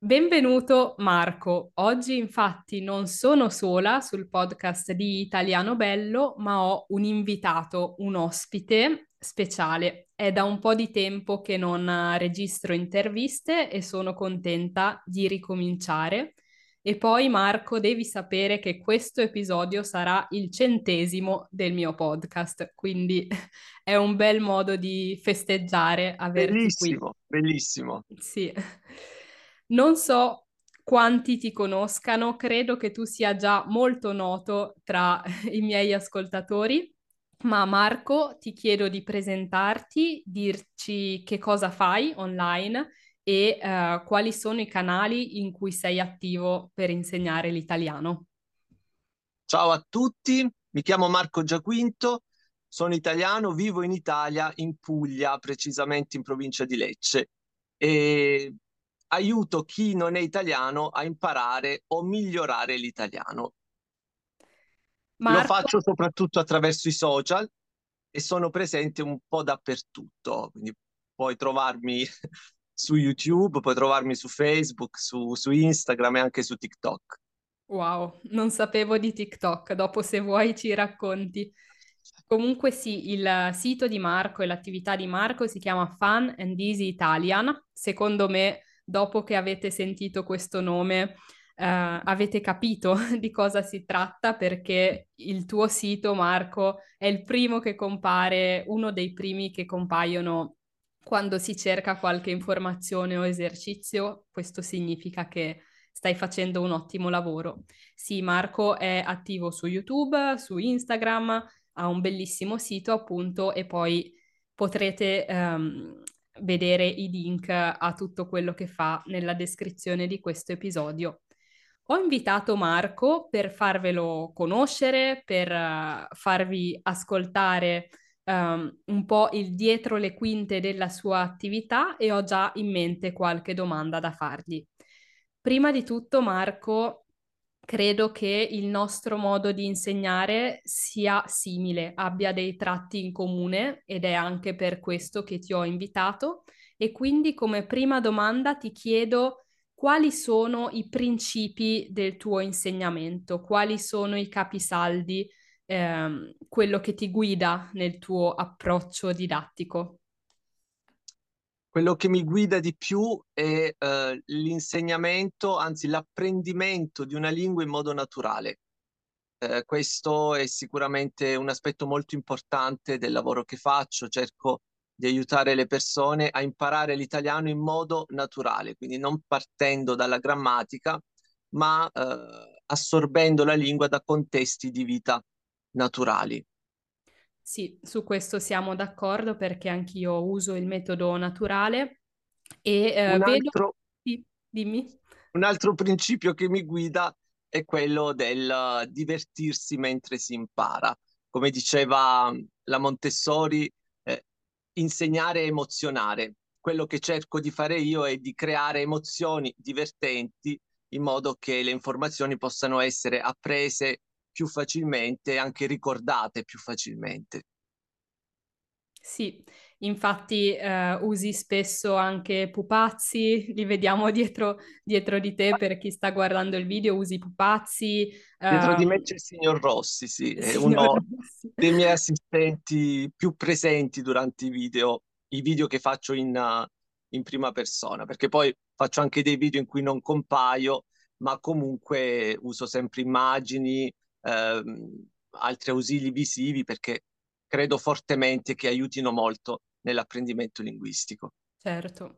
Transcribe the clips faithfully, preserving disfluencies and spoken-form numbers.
Benvenuto Marco. Oggi infatti non sono sola sul podcast di Italiano Bello, ma ho un invitato, un ospite speciale. È da un po' di tempo che non eh, registro interviste e sono contenta di ricominciare. E poi Marco, devi sapere che questo episodio sarà il centesimo del mio podcast, quindi è un bel modo di festeggiare averti qui. Bellissimo, bellissimo. Sì, non so quanti ti conoscano, credo che tu sia già molto noto tra i miei ascoltatori, ma Marco, ti chiedo di presentarti, dirci che cosa fai online e eh, quali sono i canali in cui sei attivo per insegnare l'italiano. Ciao a tutti, mi chiamo Marco Giaquinto, sono italiano, vivo in Italia, in Puglia, precisamente in provincia di Lecce, e aiuto chi non è italiano a imparare o migliorare l'italiano. Lo Marco, faccio soprattutto attraverso i social e sono presente un po' dappertutto, quindi puoi trovarmi su YouTube, puoi trovarmi su Facebook, su, su Instagram e anche su TikTok. wow, non sapevo di TikTok, dopo se vuoi ci racconti. Comunque sì, il sito di Marco e l'attività di Marco si chiama Fun and Easy Italian. Secondo me, dopo che avete sentito questo nome, eh, avete capito di cosa si tratta perché il tuo sito, Marco, è il primo che compare, uno dei primi che compaiono quando si cerca qualche informazione o esercizio. Questo significa che stai facendo un ottimo lavoro. Sì, Marco è attivo su YouTube, su Instagram, ha un bellissimo sito appunto e poi potrete ehm, vedere i link a tutto quello che fa nella descrizione di questo episodio. Ho invitato Marco per farvelo conoscere, per eh, farvi ascoltare ehm, un po' il dietro le quinte della sua attività e ho già in mente qualche domanda da fargli. Prima di tutto, Marco, credo che il nostro modo di insegnare sia simile, abbia dei tratti in comune ed è anche per questo che ti ho invitato. E quindi come prima domanda ti chiedo quali sono i principi del tuo insegnamento, quali sono i capisaldi, ehm, quello che ti guida nel tuo approccio didattico. Quello che mi guida di più è eh, l'insegnamento, anzi l'apprendimento di una lingua in modo naturale. Eh, questo è sicuramente un aspetto molto importante del lavoro che faccio. Cerco di aiutare le persone a imparare l'italiano in modo naturale, quindi non partendo dalla grammatica, ma eh, assorbendo la lingua da contesti di vita naturali. Sì, su questo siamo d'accordo perché anch'io uso il metodo naturale e eh, Un vedo... altro Sì, dimmi. Un altro principio che mi guida è quello del eh, divertirsi mentre si impara. Come diceva mh, la Montessori, eh, insegnare e emozionare. Quello che cerco di fare io è di creare emozioni divertenti in modo che le informazioni possano essere apprese più facilmente e anche ricordate più facilmente. Sì, infatti eh, usi spesso anche pupazzi, li vediamo dietro, dietro di te per chi sta guardando il video, usi pupazzi, Dietro di me ehm, c'è il signor Rossi, sì, è signor uno Rossi. dei miei assistenti più presenti durante i video, i video che faccio in, uh, in prima persona, perché poi faccio anche dei video in cui non compaio, ma comunque uso sempre immagini, ehm, altri ausili visivi, perché credo fortemente che aiutino molto nell'apprendimento linguistico. Certo.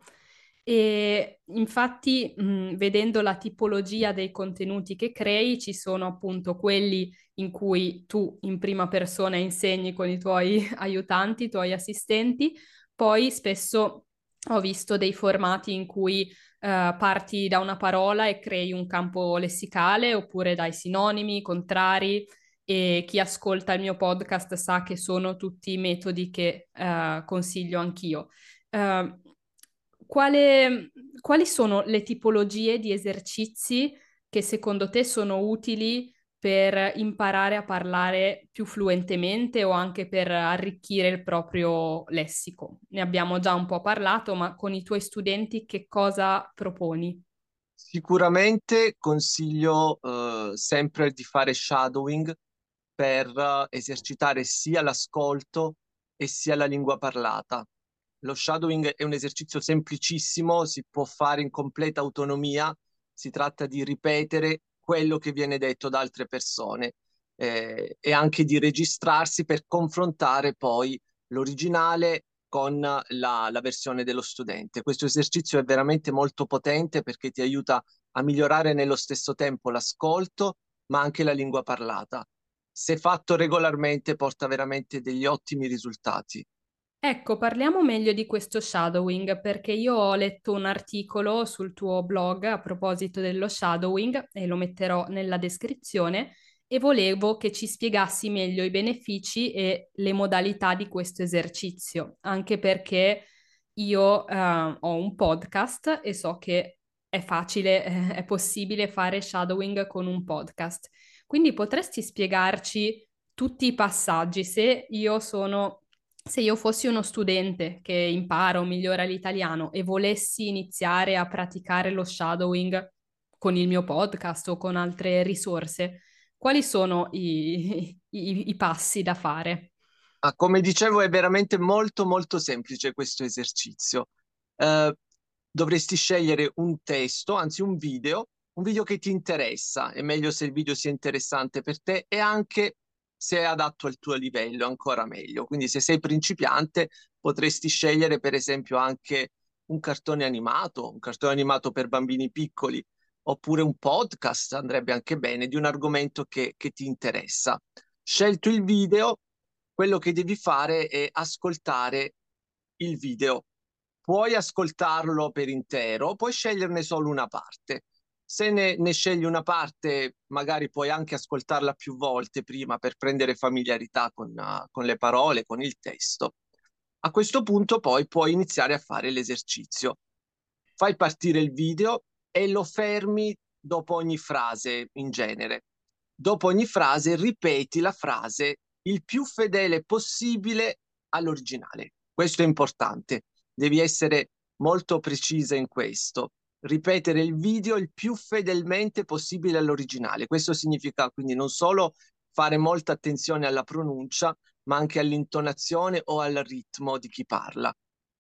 E infatti, mh, vedendo la tipologia dei contenuti che crei, ci sono appunto quelli in cui tu in prima persona insegni con i tuoi aiutanti, i tuoi assistenti, poi spesso ho visto dei formati in cui eh, parti da una parola e crei un campo lessicale, oppure dai sinonimi, contrari, e chi ascolta il mio podcast sa che sono tutti metodi che eh, consiglio anch'io. Eh, quale- quali sono le tipologie di esercizi che secondo te sono utili per imparare a parlare più fluentemente o anche per arricchire il proprio lessico? Ne abbiamo già un po' parlato, ma con i tuoi studenti che cosa proponi? Sicuramente consiglio eh, sempre di fare shadowing per eh, esercitare sia l'ascolto e sia la lingua parlata. Lo shadowing è un esercizio semplicissimo, si può fare in completa autonomia, si tratta di ripetere quello che viene detto da altre persone eh, e anche di registrarsi per confrontare poi l'originale con la, la versione dello studente. Questo esercizio è veramente molto potente perché ti aiuta a migliorare nello stesso tempo l'ascolto, ma anche la lingua parlata. Se fatto regolarmente porta veramente degli ottimi risultati. Ecco, parliamo meglio di questo shadowing perché io ho letto un articolo sul tuo blog a proposito dello shadowing e lo metterò nella descrizione e volevo che ci spiegassi meglio i benefici e le modalità di questo esercizio, anche perché io eh, ho un podcast e so che è facile, eh, è possibile fare shadowing con un podcast. Quindi potresti spiegarci tutti i passaggi se io sono se io fossi uno studente che impara o migliora l'italiano e volessi iniziare a praticare lo shadowing con il mio podcast o con altre risorse, quali sono i, i- i passi da fare? Ah, come dicevo, è veramente molto molto semplice questo esercizio. Eh, Dovresti scegliere un testo, anzi un video, un video che ti interessa. È meglio se il video sia interessante per te e anche se è adatto al tuo livello, ancora meglio. Quindi se sei principiante, potresti scegliere per esempio anche un cartone animato, un cartone animato per bambini piccoli, oppure un podcast, andrebbe anche bene, di un argomento che che ti interessa. Scelto il video, quello che devi fare è ascoltare il video. Puoi ascoltarlo per intero, puoi sceglierne solo una parte. Se ne, ne scegli una parte, magari puoi anche ascoltarla più volte prima per prendere familiarità con, uh, con le parole, con il testo. A questo punto poi puoi iniziare a fare l'esercizio. Fai partire il video e lo fermi dopo ogni frase in genere. Dopo ogni frase ripeti la frase il più fedele possibile all'originale. Questo è importante, devi essere molto precisa in questo. Ripetere il video il più fedelmente possibile all'originale. Questo significa quindi non solo fare molta attenzione alla pronuncia, ma anche all'intonazione o al ritmo di chi parla.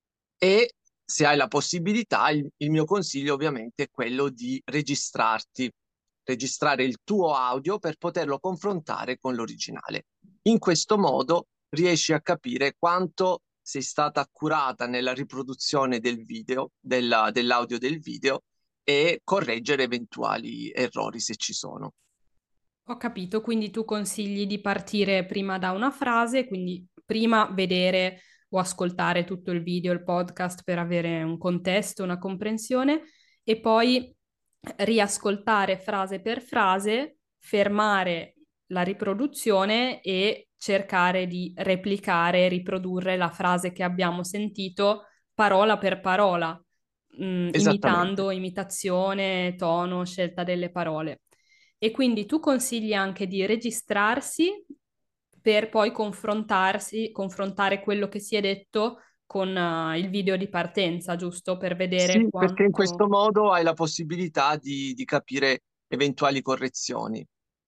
E se hai la possibilità, il, il mio consiglio ovviamente è quello di registrarti, registrare il tuo audio per poterlo confrontare con l'originale. In questo modo riesci a capire quanto sei stata accurata nella riproduzione del video, della- dell'audio del video e correggere eventuali errori se ci sono. Ho capito, quindi tu consigli di partire prima da una frase, quindi prima vedere o ascoltare tutto il video, il podcast per avere un contesto, una comprensione e poi riascoltare frase per frase, fermare la riproduzione e cercare di replicare, riprodurre la frase che abbiamo sentito parola per parola, mh, Esattamente. imitando, imitazione, tono, scelta delle parole. E quindi tu consigli anche di registrarsi per poi confrontarsi, confrontare quello che si è detto con eh, il video di partenza, giusto? Per vedere Sì, perché in questo quanto modo hai la possibilità di, di capire eventuali correzioni.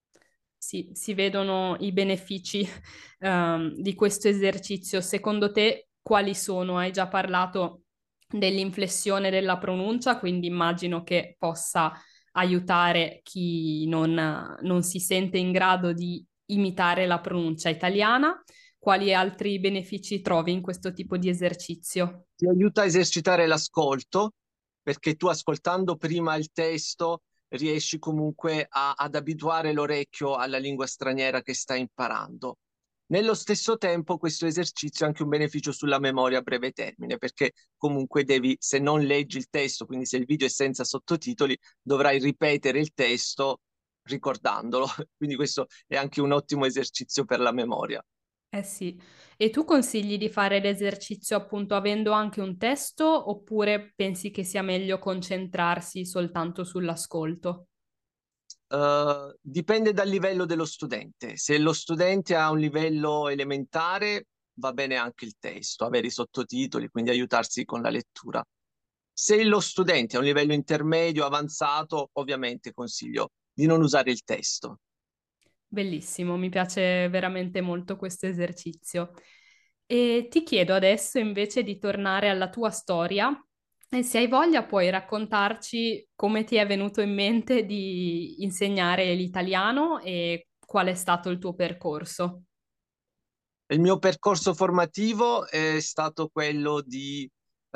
si, si vedono i benefici ehm, di questo esercizio. Secondo te, quali sono? Hai già parlato dell'inflessione della pronuncia, quindi immagino che possa aiutare chi non, non si sente in grado di imitare la pronuncia italiana. Quali altri benefici trovi in questo tipo di esercizio? Ti aiuta a esercitare l'ascolto, perché tu ascoltando prima il testo riesci comunque a- ad abituare l'orecchio alla lingua straniera che stai imparando. Nello stesso tempo, questo esercizio ha anche un beneficio sulla memoria a breve termine, perché comunque devi, se non leggi il testo, quindi se il video è senza sottotitoli, dovrai ripetere il testo ricordandolo. Quindi questo è anche un ottimo esercizio per la memoria. Eh sì, e tu consigli di fare l'esercizio appunto avendo anche un testo oppure pensi che sia meglio concentrarsi soltanto sull'ascolto? Uh, dipende dal livello dello studente. Se lo studente ha un livello elementare, va bene anche il testo, avere i sottotitoli, quindi aiutarsi con la lettura. Se lo studente è a un livello intermedio, avanzato, ovviamente consiglio di non usare il testo. Bellissimo, mi piace veramente molto questo esercizio. E ti chiedo adesso invece di tornare alla tua storia e se hai voglia puoi raccontarci come ti è venuto in mente di insegnare l'italiano e qual è stato il tuo percorso. Il mio percorso formativo è stato quello di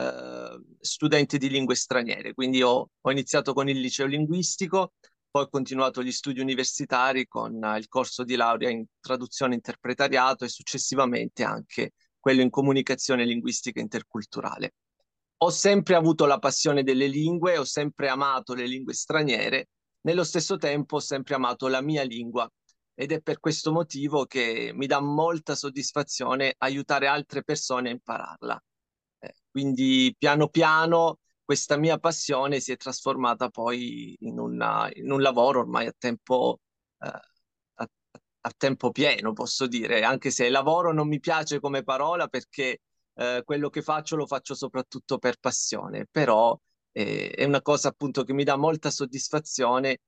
eh, studente di lingue straniere, quindi ho, ho iniziato con il liceo linguistico, poi ho continuato gli studi universitari con eh, il corso di laurea in traduzione e interpretariato e successivamente anche quello in comunicazione linguistica interculturale. Ho sempre avuto la passione delle lingue, ho sempre amato le lingue straniere, nello stesso tempo ho sempre amato la mia lingua ed è per questo motivo che mi dà molta soddisfazione aiutare altre persone a impararla. Eh, quindi piano piano questa mia passione si è trasformata poi in, una- in un lavoro ormai a tempo, eh, a, a tempo pieno, posso dire, anche se lavoro non mi piace come parola perché eh, quello che faccio lo faccio soprattutto per passione, però eh, è una cosa appunto che mi dà molta soddisfazione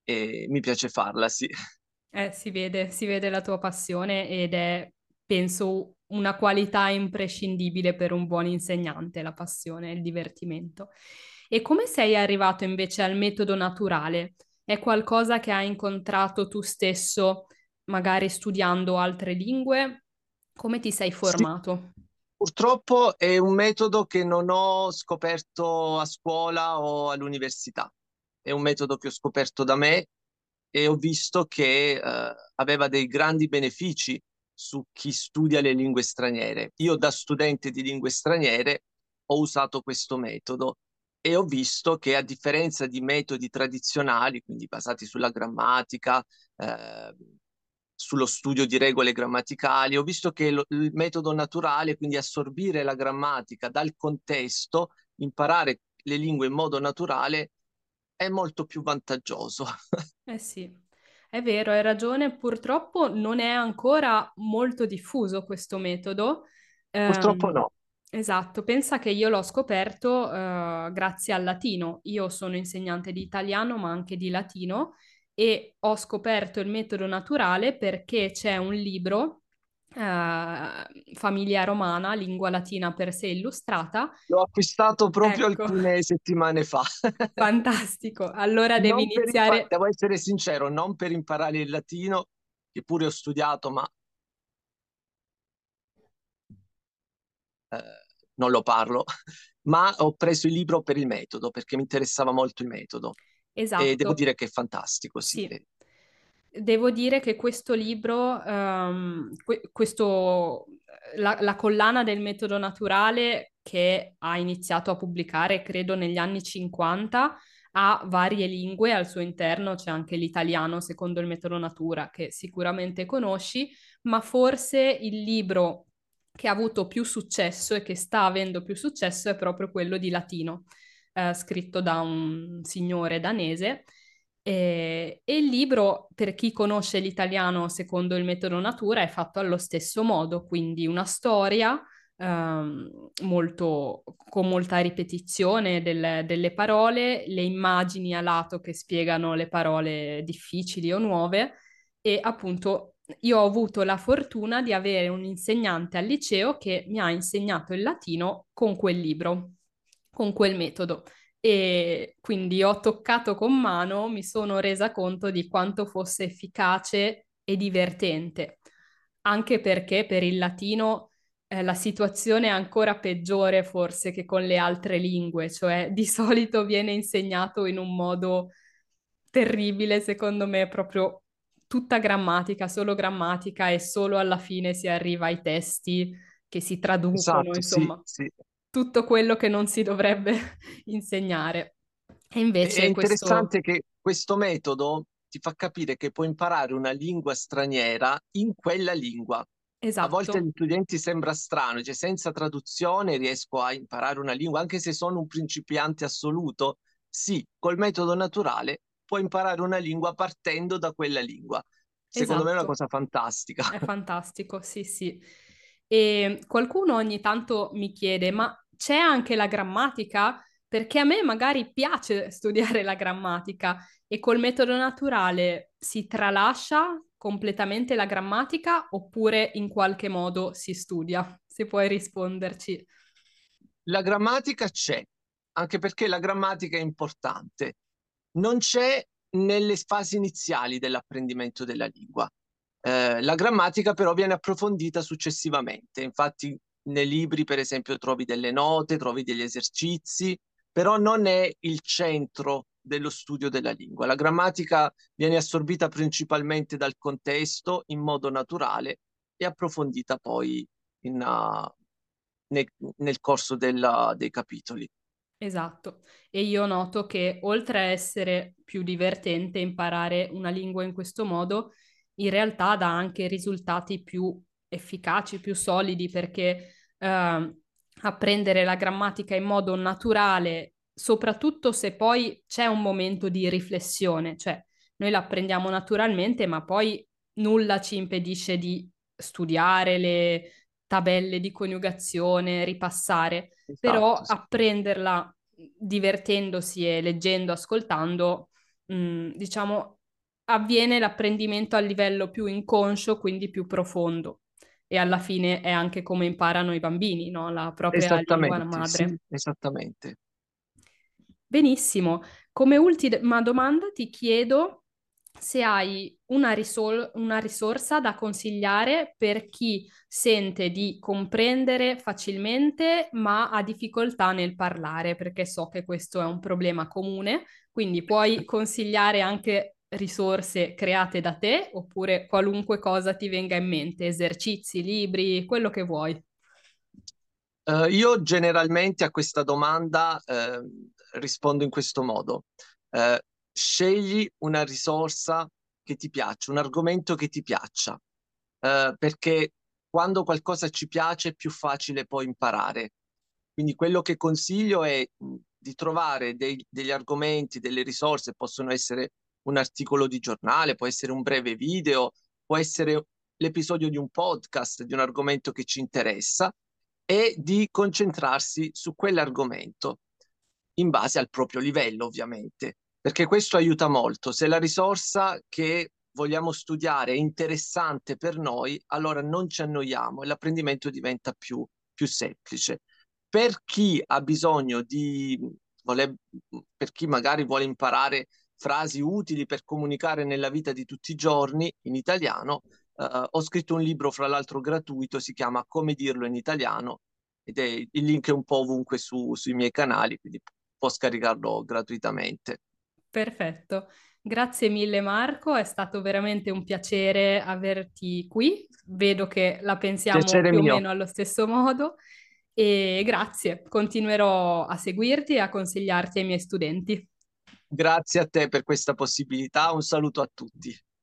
e mi piace farla, sì. Eh, si vede, si vede la tua passione ed è, penso, una qualità imprescindibile per un buon insegnante, la passione e il divertimento. E come sei arrivato invece al metodo naturale? È qualcosa che hai incontrato tu stesso, magari studiando altre lingue? Come ti sei Sì, formato? purtroppo è un metodo che non ho scoperto a scuola o all'università. È un metodo che ho scoperto da me e ho visto che eh, aveva dei grandi benefici su chi studia le lingue straniere. Io da studente di lingue straniere ho usato questo metodo e ho visto che a differenza di metodi tradizionali, quindi basati sulla grammatica, eh, sullo studio di regole grammaticali, ho visto che lo- il metodo naturale, quindi assorbire la grammatica dal contesto, imparare le lingue in modo naturale, è molto più vantaggioso. Eh sì, è vero, hai ragione, purtroppo non è ancora molto diffuso questo metodo. Purtroppo Ehm, no. esatto, pensa che io l'ho scoperto eh, grazie al latino. Io sono insegnante di italiano, ma anche di latino, e ho scoperto il metodo naturale perché c'è un libro, eh, Famiglia Romana, lingua latina per sé illustrata. L'ho acquistato proprio Ecco, alcune settimane fa. fantastico. Allora devi Non per imparare, iniziare. devo essere sincero, non per imparare il latino, che pure ho studiato, ma eh, non lo parlo, ma ho preso il libro per il metodo, perché mi interessava molto il metodo. E devo Esatto, dire che è fantastico, sì. sì. Devo dire che questo libro, ehm, que- questo, la, la collana del metodo naturale che ha iniziato a pubblicare, credo, negli anni cinquanta, ha varie lingue al suo interno, c'è anche l'italiano secondo il metodo natura, che sicuramente conosci, ma forse il libro che ha avuto più successo e che sta avendo più successo è proprio quello di latino, eh, scritto da un signore danese. E, e il libro, per chi conosce l'italiano secondo il metodo natura, è fatto allo stesso modo, quindi una storia ehm, molto, con molta ripetizione del- delle parole, le immagini a lato che spiegano le parole difficili o nuove e appunto io ho avuto la fortuna di avere un insegnante al liceo che mi ha insegnato il latino con quel libro, con quel metodo. E quindi ho toccato con mano, mi sono resa conto di quanto fosse efficace e divertente, anche perché per il latino eh, la situazione è ancora peggiore forse che con le altre lingue, cioè di solito viene insegnato in un modo terribile, secondo me, proprio tutta grammatica, solo grammatica e solo alla fine si arriva ai testi che si traducono, Esatto, sì, insomma, sì. tutto quello che non si dovrebbe insegnare. E E- È invece questo, interessante che questo metodo ti fa capire che puoi imparare una lingua straniera in quella lingua. A volte agli esatto, studenti sembra strano, cioè senza traduzione riesco a imparare una lingua, anche se sono un principiante assoluto. Sì, col metodo naturale puoi imparare una lingua partendo da quella lingua. Secondo me è una esatto. cosa fantastica. È fantastico, sì, sì. E qualcuno ogni tanto mi chiede, ma c'è anche la grammatica? perché a me magari piace studiare la grammatica e col metodo naturale si tralascia completamente la grammatica oppure in qualche modo si studia? Se puoi risponderci. La grammatica c'è, anche perché la grammatica è importante. Non c'è nelle fasi iniziali dell'apprendimento della lingua. Eh, la grammatica però viene approfondita successivamente. Infatti nei libri, per esempio, trovi delle note, trovi degli esercizi, però non è il centro dello studio della lingua. La grammatica viene assorbita principalmente dal contesto in modo naturale e approfondita poi in, uh, nel, nel corso della- dei capitoli. Esatto, e io noto che oltre a essere più divertente imparare una lingua in questo modo, in realtà dà anche risultati più efficaci, più solidi, perché eh, apprendere la grammatica in modo naturale, soprattutto se poi c'è un momento di riflessione, cioè noi la apprendiamo naturalmente, ma poi nulla ci impedisce di studiare le tabelle di coniugazione, ripassare, però Esatto, sì. apprenderla divertendosi e leggendo, ascoltando, mh, diciamo, avviene l'apprendimento a livello più inconscio, quindi più profondo. E alla fine è anche come imparano i bambini, no? La propria lingua Esattamente, sì, madre. esattamente. Benissimo. Come ultima domanda ti chiedo se hai una, risol- una risorsa da consigliare per chi sente di comprendere facilmente ma ha difficoltà nel parlare, perché so che questo è un problema comune, quindi puoi consigliare anche risorse create da te oppure qualunque cosa ti venga in mente, esercizi, libri, quello che vuoi. Eh, io generalmente a questa domanda eh, rispondo in questo modo. Eh, scegli una risorsa che ti piaccia, un argomento che ti piaccia, eh, perché quando qualcosa ci piace è più facile poi imparare. Quindi quello che consiglio è mh, di trovare dei- degli argomenti, delle risorse, possono essere un articolo di giornale, può essere un breve video, può essere l'episodio di un podcast di un argomento che ci interessa e di concentrarsi su quell'argomento in base al proprio livello, ovviamente, perché questo aiuta molto. Se la risorsa che vogliamo studiare è interessante per noi, allora non ci annoiamo e l'apprendimento diventa più, più semplice. Per chi ha bisogno di, vole- per chi magari vuole imparare frasi utili per comunicare nella vita di tutti i giorni in italiano, eh, ho scritto un libro, fra l'altro gratuito, si chiama Come dirlo in italiano ed è il link è un po' ovunque su- sui miei canali, quindi può scaricarlo gratuitamente. Perfetto. Grazie mille Marco, è stato veramente un piacere averti qui. Vedo che la pensiamo Piacere più o mio. meno allo stesso modo e grazie. Continuerò a seguirti e a consigliarti ai miei studenti. Grazie a te per questa possibilità. Un saluto a tutti.